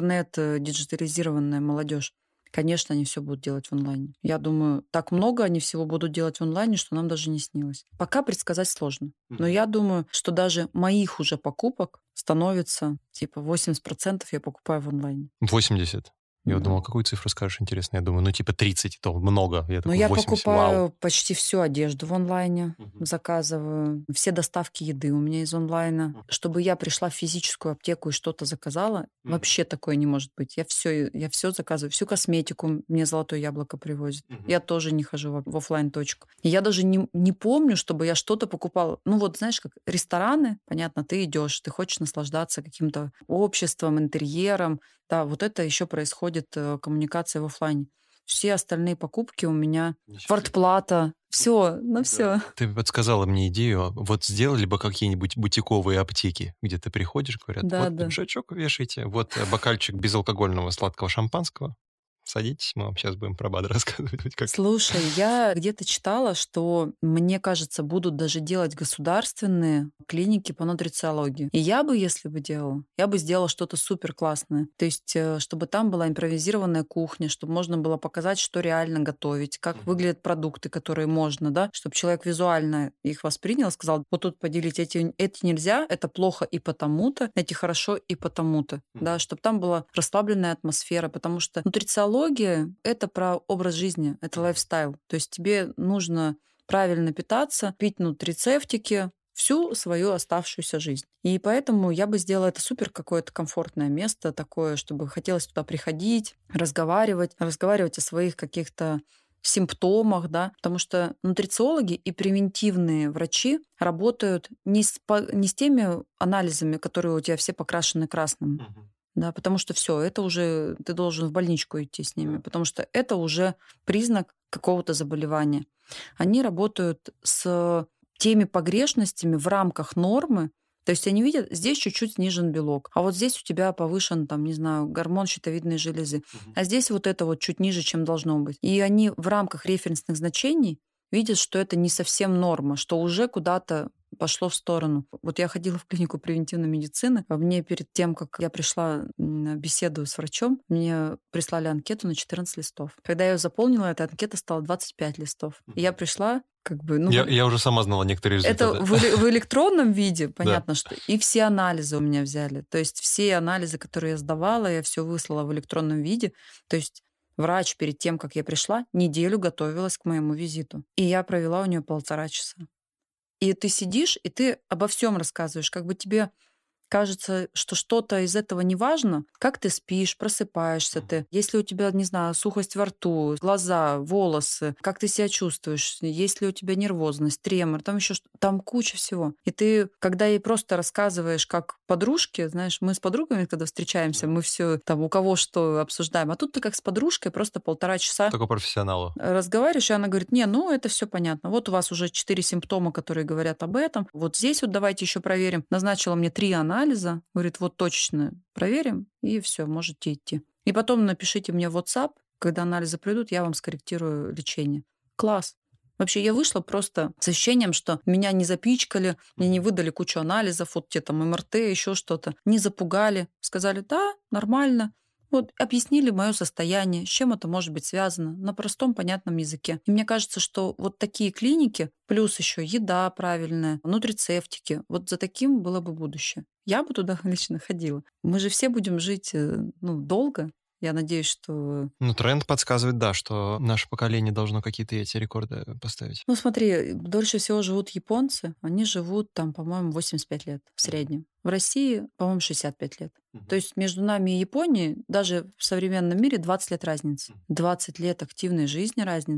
S2: интернет-диджитализированная молодежь, конечно, они все будут делать в онлайне. Я думаю, так много они всего будут делать в онлайне, что нам даже не снилось. Пока предсказать сложно. Но я думаю, что даже моих уже покупок становится, типа, 80% я покупаю в онлайне.
S1: 80%? Я думал, какую цифру скажешь, интересно. Я думаю, 30, то много.
S2: Но я покупаю почти всю одежду в онлайне, заказываю. Все доставки еды у меня из онлайна. Чтобы я пришла в физическую аптеку и что-то заказала, вообще такое не может быть. Я все заказываю. Всю косметику мне Золотое Яблоко привозит. Я тоже не хожу в офлайн-точку. И я даже не помню, чтобы я что-то покупала. Ну вот, знаешь, как рестораны, понятно, ты идешь, ты хочешь наслаждаться каким-то обществом, интерьером. Да, вот это еще происходит коммуникация в офлайне. Все остальные покупки у меня, квартплата, все.
S1: Ты подсказала мне идею, вот сделали бы какие-нибудь бутиковые аптеки, где ты приходишь, говорят, пиджачок вешайте, вот бокальчик безалкогольного сладкого шампанского. Садитесь, мы вам сейчас будем про БАДы рассказывать.
S2: Слушай, я где-то читала, что, мне кажется, будут даже делать государственные клиники по нутрициологии. И я бы, если бы делала, я бы сделала что-то супер классное. То есть, чтобы там была импровизированная кухня, чтобы можно было показать, что реально готовить, как выглядят продукты, которые можно, да, чтобы человек визуально их воспринял, сказал, вот тут поделить эти нельзя, это плохо и потому-то, эти хорошо и потому-то, да, чтобы там была расслабленная атмосфера, потому что нутрициология — это про образ жизни, это лайфстайл. То есть тебе нужно правильно питаться, пить нутрицептики всю свою оставшуюся жизнь. И поэтому я бы сделала это супер какое-то комфортное место такое, чтобы хотелось туда приходить, разговаривать о своих каких-то симптомах, да, потому что нутрициологи и превентивные врачи работают не с теми анализами, которые у тебя все покрашены красным, да, потому что все, это уже ты должен в больничку идти с ними, потому что это уже признак какого-то заболевания. Они работают с теми погрешностями в рамках нормы, то есть они видят, здесь чуть-чуть снижен белок, а вот здесь у тебя повышен, там, не знаю, гормон щитовидной железы, а здесь вот это вот чуть ниже, чем должно быть. И они в рамках референсных значений видят, что это не совсем норма, что уже куда-то пошло в сторону. Вот я ходила в клинику превентивной медицины. Мне перед тем, как я пришла на беседу с врачом, мне прислали анкету на 14 листов. Когда я ее заполнила, эта анкета стала 25 листов. И я пришла
S1: я уже сама знала некоторые результаты.
S2: Это в электронном виде, понятно, что и все анализы у меня взяли. То есть все анализы, которые я сдавала, я все выслала в электронном виде. То есть врач перед тем, как я пришла, неделю готовилась к моему визиту. И я провела у нее 1,5 часа. И ты сидишь, и ты обо всем рассказываешь, как бы тебе кажется, что что-то из этого не важно, как ты спишь, просыпаешься ты, если у тебя, не знаю, сухость во рту, глаза, волосы, как ты себя чувствуешь, есть ли у тебя нервозность, тремор, там еще там куча всего. И ты, когда ей просто рассказываешь как подружке, знаешь, мы с подругами, когда встречаемся, мы все там у кого что обсуждаем, а тут ты как с подружкой просто 1,5 часа
S1: только профессионалу
S2: разговариваешь, и она говорит, это все понятно. Вот у вас уже 4 симптома, которые говорят об этом. Вот здесь вот давайте еще проверим. Назначила мне 3 анализа, говорит, вот точечно проверим, и все, можете идти. И потом напишите мне в WhatsApp, когда анализы придут, я вам скорректирую лечение. Класс. Вообще, я вышла просто с ощущением, что меня не запичкали, мне не выдали кучу анализов, вот те там МРТ, еще что-то. Не запугали, сказали, да, нормально. Вот объяснили мое состояние, с чем это может быть связано, на простом понятном языке. И мне кажется, что вот такие клиники, плюс еще еда правильная, нутрицептики, вот за таким было бы будущее. Я бы туда лично ходила. Мы же все будем жить, долго. Я надеюсь, что...
S1: тренд подсказывает, да, что наше поколение должно какие-то эти рекорды поставить.
S2: Смотри, дольше всего живут японцы. Они живут там, по-моему, 85 лет в среднем. В России, по-моему, 65 лет. То есть между нами и Японией даже в современном мире 20 лет разницы. 20 лет активной жизни разницы.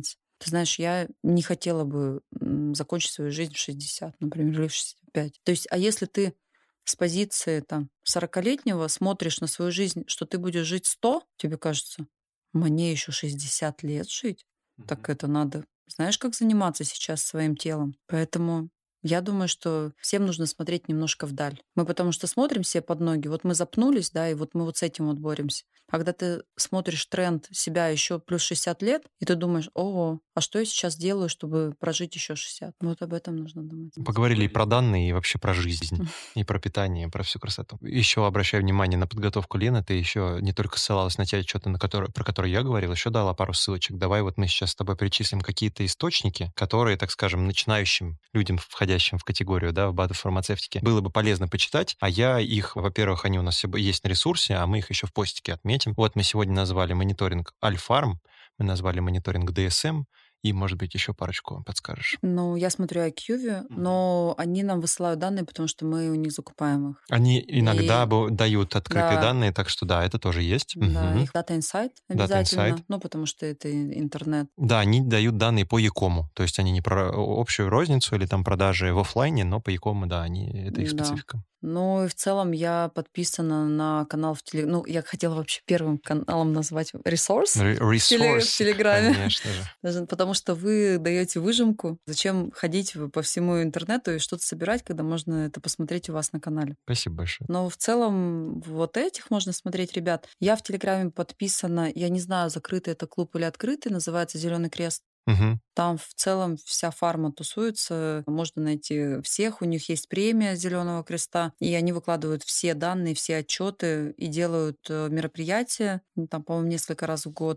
S2: Ты знаешь, я не хотела бы закончить свою жизнь в 60, например, или в 65. То есть, а если ты с позиции там 40-летнего смотришь на свою жизнь, что ты будешь жить 100, тебе кажется, мне еще 60 лет жить, так это надо, знаешь, как заниматься сейчас своим телом. Поэтому я думаю, что всем нужно смотреть немножко вдаль. Мы потому что смотрим себе под ноги, вот мы запнулись, да, и вот мы вот с этим вот боремся. А когда ты смотришь тренд себя еще плюс 60 лет, и ты думаешь, ого, а что я сейчас делаю, чтобы прожить еще 60? Вот об этом нужно думать.
S1: Поговорили и про данные, и вообще про жизнь, и про питание, и про всю красоту. Еще обращаю внимание на подготовку Лены. Ты еще не только ссылалась на те отчеты, про которые я говорил, еще дала пару ссылочек. Давай вот мы сейчас с тобой перечислим какие-то источники, которые, так скажем, начинающим людям, входящим в категорию, да, в БАДы фармацевтики, было бы полезно почитать. А я их, во-первых, они у нас есть на ресурсе, а мы их еще в постике отметим. Вот мы сегодня назвали мониторинг Альфарм, мы назвали мониторинг ДСМ, и, может быть, еще парочку подскажешь.
S2: Ну, я смотрю IQVIA, но они нам высылают данные, потому что мы у них закупаем их.
S1: Они иногда
S2: И-
S1: дают открытые
S2: Да.
S1: данные, так что да, это тоже есть.
S2: Да,
S1: Мгм.
S2: их Data Insight
S1: Data
S2: обязательно,
S1: Insight.
S2: ну, потому что это интернет.
S1: Да, они дают данные по Якому, то есть они не про общую розницу или там продажи в офлайне, но по Якому, да, это их
S2: Да.
S1: специфика.
S2: Ну и в целом я подписана на канал в Телеграме. Ну, я хотела вообще первым каналом назвать Resource в
S1: Resource,
S2: Телеграме.
S1: конечно же.
S2: Даже потому что вы даете выжимку. Зачем ходить по всему интернету и что-то собирать, когда можно это посмотреть у вас на канале?
S1: Спасибо большое.
S2: Но в целом вот этих можно смотреть, ребят. Я в Телеграме подписана, я не знаю, закрытый это клуб или открытый, называется «Зеленый крест».
S1: Мгм.
S2: Там в целом вся фарма тусуется, можно найти всех, у них есть премия Зеленого креста, и они выкладывают все данные, все отчеты и делают мероприятия, там, по-моему, несколько раз в год,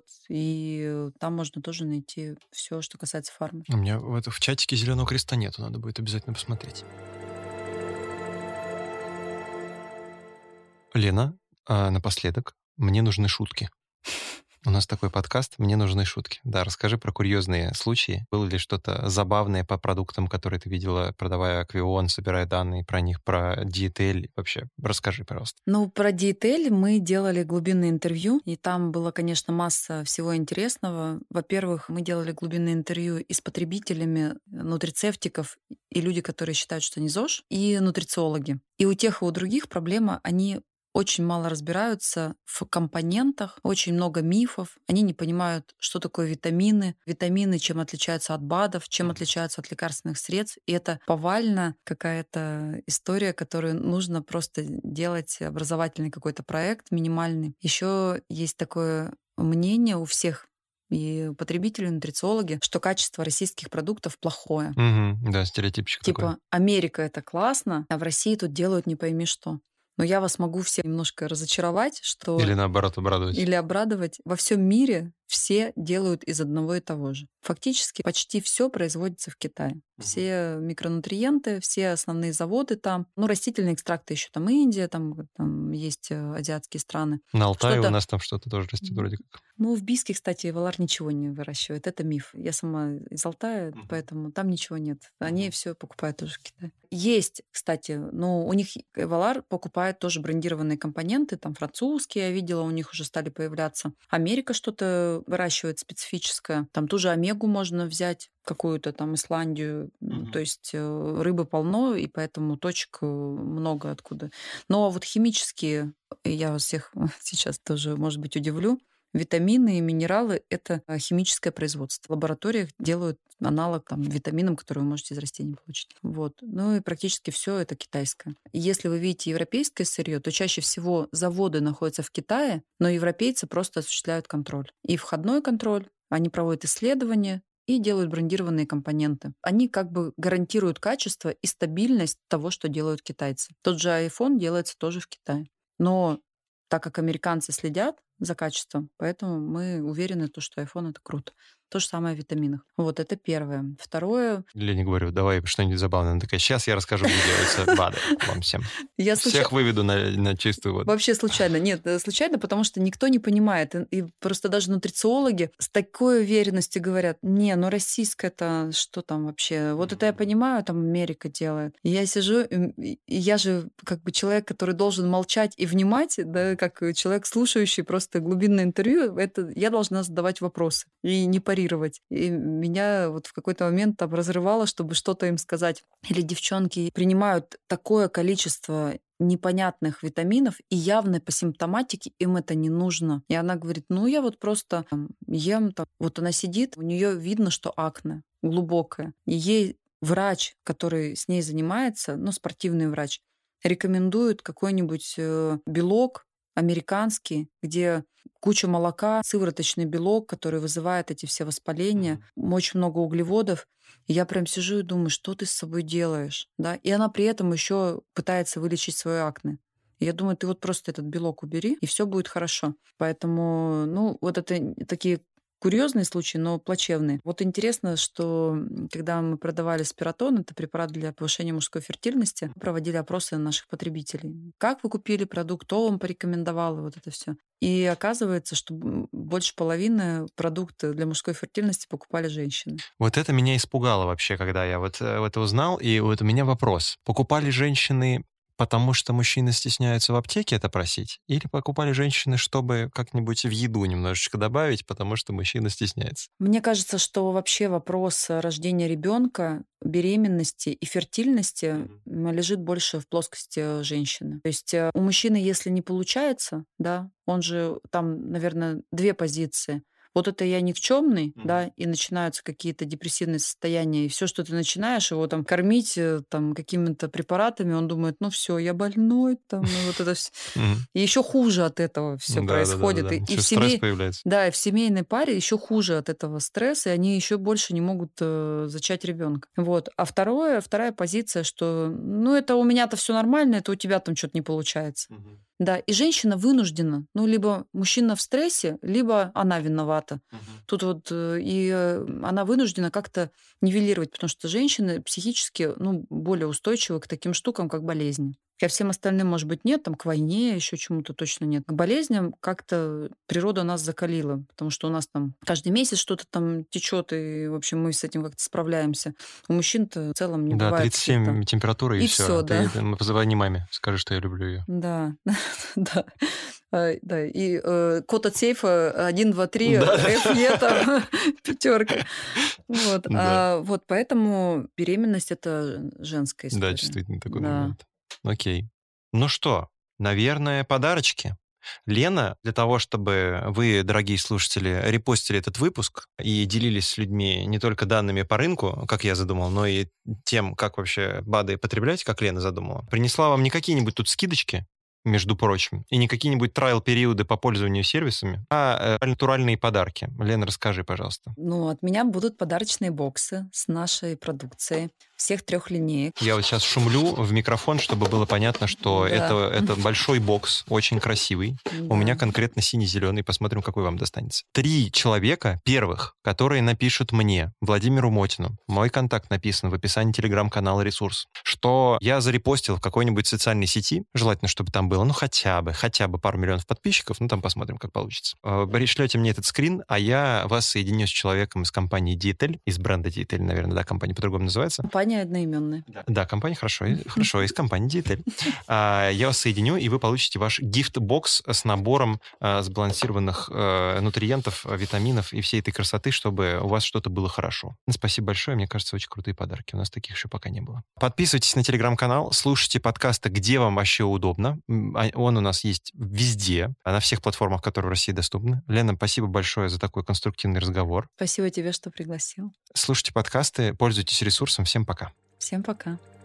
S2: и там можно тоже найти все, что касается фармы.
S1: У меня в чатике Зеленого креста нету, надо будет обязательно посмотреть. Лена, напоследок, мне нужны шутки. У нас такой подкаст «Мне нужны шутки». Да, расскажи про курьезные случаи. Было ли что-то забавное по продуктам, которые ты видела, продавая Аквион, собирая данные про них, про Диетель? Вообще, расскажи, пожалуйста.
S2: Ну, про Диетель мы делали глубинное интервью, и там было, конечно, масса всего интересного. Во-первых, мы делали глубинное интервью и с потребителями нутрицептиков, и люди, которые считают, что они ЗОЖ, и нутрициологи. И у тех, и у других проблема, они очень мало разбираются в компонентах, очень много мифов. Они не понимают, что такое витамины, чем отличаются от БАДов, чем отличаются от лекарственных средств. И это повально какая-то история, которую нужно просто делать образовательный какой-то проект минимальный. Еще есть такое мнение у всех и потребители, нутрициологи, что качество российских продуктов плохое.
S1: Угу, да, стереотипчик
S2: Типа,
S1: такой.
S2: Америка — это классно, а в России тут делают не пойми что. Но я вас могу все немножко разочаровать, что...
S1: Или наоборот обрадовать.
S2: Или обрадовать. Во всем мире все делают из одного и того же. Фактически почти все производится в Китае. Все микронутриенты, все основные заводы там. Ну, растительные экстракты еще там Индия, там есть азиатские страны.
S1: На Алтае
S2: Что-то-
S1: у нас там что-то тоже растет вроде как.
S2: Ну, в Бийске, кстати, Валар ничего не выращивает. Это миф. Я сама из Алтая, поэтому там ничего нет. Они все покупают тоже в Китае. Есть, кстати, у них Валар покупает тоже брендированные компоненты, там французские, я видела, у них уже стали появляться. Америка что-то выращивает специфическое. Там ту же омегу можно взять, какую-то там Исландию. То есть рыбы полно, и поэтому точек много откуда. Но вот химические, я вас всех сейчас тоже, может быть, удивлю, витамины и минералы — это химическое производство. В лабораториях делают аналог витаминам, которые вы можете из растений получить. Вот. Ну и практически все это китайское. И если вы видите европейское сырье, то чаще всего заводы находятся в Китае, но европейцы просто осуществляют контроль. И входной контроль, они проводят исследования и делают брендированные компоненты. Они как бы гарантируют качество и стабильность того, что делают китайцы. Тот же iPhone делается тоже в Китае. Но так как американцы следят за качеством, поэтому мы уверены, что iPhone — это круто. То же самое в витаминах. Вот это первое. Второе...
S1: Лене говорю, давай что-нибудь забавное. Она такая, сейчас я расскажу, где делаются БАДы вам всем. Всех выведу на чистую воду.
S2: Вообще случайно. Нет, случайно, потому что никто не понимает. И просто даже нутрициологи с такой уверенностью говорят, российское-то что там вообще? Вот это я понимаю, там Америка делает. И я сижу, и я же как бы человек, который должен молчать и внимать, да, как человек, слушающий просто глубинное интервью, это я должна задавать вопросы и не парировать парировать. И меня вот в какой-то момент там разрывало, чтобы что-то им сказать. Или девчонки принимают такое количество непонятных витаминов, и явно по симптоматике им это не нужно. И она говорит, ну я вот просто ем, там. Вот она сидит, у нее видно, что акне глубокое. И ей врач, который с ней занимается, ну спортивный врач, рекомендует какой-нибудь белок американский, где куча молока, сывороточный белок, который вызывает эти все воспаления, очень много углеводов. И я прям сижу и думаю, что ты с собой делаешь, да? И она при этом еще пытается вылечить свое акне. И я думаю, ты вот просто этот белок убери, и все будет хорошо. Поэтому, ну, вот это такие курьезные случаи, но плачевные. Вот интересно, что когда мы продавали спиратон, это препарат для повышения мужской фертильности, проводили опросы наших потребителей. Как вы купили продукт, кто вам порекомендовал, вот это все. И оказывается, что больше половины продукта для мужской фертильности покупали женщины.
S1: Вот это меня испугало вообще, когда я вот это узнал. И вот у меня вопрос. Покупали женщины потому что мужчины стесняются в аптеке это просить? Или покупали женщины, чтобы как-нибудь в еду немножечко добавить, потому что мужчина стесняется?
S2: Мне кажется, что вообще вопрос рождения ребенка, беременности и фертильности лежит больше в плоскости женщины. То есть у мужчины, если не получается, да, он же там, наверное, две позиции. Вот это я никчемный, да, и начинаются какие-то депрессивные состояния, и все, что ты начинаешь его там кормить там какими-то препаратами, он думает, ну все, я больной, там, и вот это все. И еще хуже от этого все происходит. И
S1: стресс появляется.
S2: Да, и в семейной паре еще хуже от этого стресса, и они еще больше не могут зачать ребенка. Вот. А вторая позиция, что ну это у меня-то все нормально, это у тебя там что-то не получается. Да, и женщина вынуждена, ну, либо мужчина в стрессе, либо она виновата. Тут вот и она вынуждена как-то нивелировать, потому что женщины психически, ну, более устойчивы к таким штукам, как болезни. Ко всем остальным, может быть, нет, там, к войне, еще чему-то точно нет. К болезням как-то природа нас закалила, потому что у нас там каждый месяц что-то там течет, и, в общем, мы с этим как-то справляемся. У мужчин-то в целом не бывает.
S1: Да, 37 температура, и все.
S2: Да.
S1: Позвони маме, скажи, что я люблю ее.
S2: Да, да. Да, и код от сейфа 1, 2, 3, F нет, пятерка. Вот.
S1: Да.
S2: Вот поэтому беременность это женская история.
S1: Да, действительно, такой момент. Окей. Ну что, наверное, подарочки. Лена, для того, чтобы вы, дорогие слушатели, репостили этот выпуск и делились с людьми не только данными по рынку, как я задумал, но и тем, как вообще БАДы потреблять, как Лена задумала, принесла вам не какие-нибудь тут скидочки, между прочим, и не какие-нибудь трайл-периоды по пользованию сервисами, а натуральные подарки. Лена, расскажи, пожалуйста.
S2: Ну, от меня будут подарочные боксы с нашей продукцией всех 3 линеек.
S1: Я вот сейчас шумлю в микрофон, чтобы было понятно, что это большой бокс, очень красивый. У меня конкретно синий-зеленый. Посмотрим, какой вам достанется. 3 человека первых, которые напишут мне, Владимиру Мотину, мой контакт написан в описании телеграм-канала «Ресурс», что я зарепостил в какой-нибудь социальной сети, желательно, чтобы там было, ну, хотя бы пару миллионов подписчиков, ну, там посмотрим, как получится. Пришлете мне этот скрин, а я вас соединю с человеком из компании Dietl, из бренда Dietl, наверное, да, компания по-другому называется.
S2: Компания одноименная.
S1: Да, компания хорошо, из компании Dietl. Я вас соединю, и вы получите ваш гифт-бокс с набором сбалансированных нутриентов, витаминов и всей этой красоты, чтобы у вас что-то было хорошо. Спасибо большое, мне кажется, очень крутые подарки. У нас таких еще пока не было. Подписывайтесь на телеграм-канал, слушайте подкасты, где вам вообще удобно. Он у нас есть везде, на всех платформах, которые в России доступны. Лена, спасибо большое за такой конструктивный разговор.
S2: Спасибо тебе, что пригласил.
S1: Слушайте подкасты, пользуйтесь ресурсом. Всем пока.
S2: Всем пока.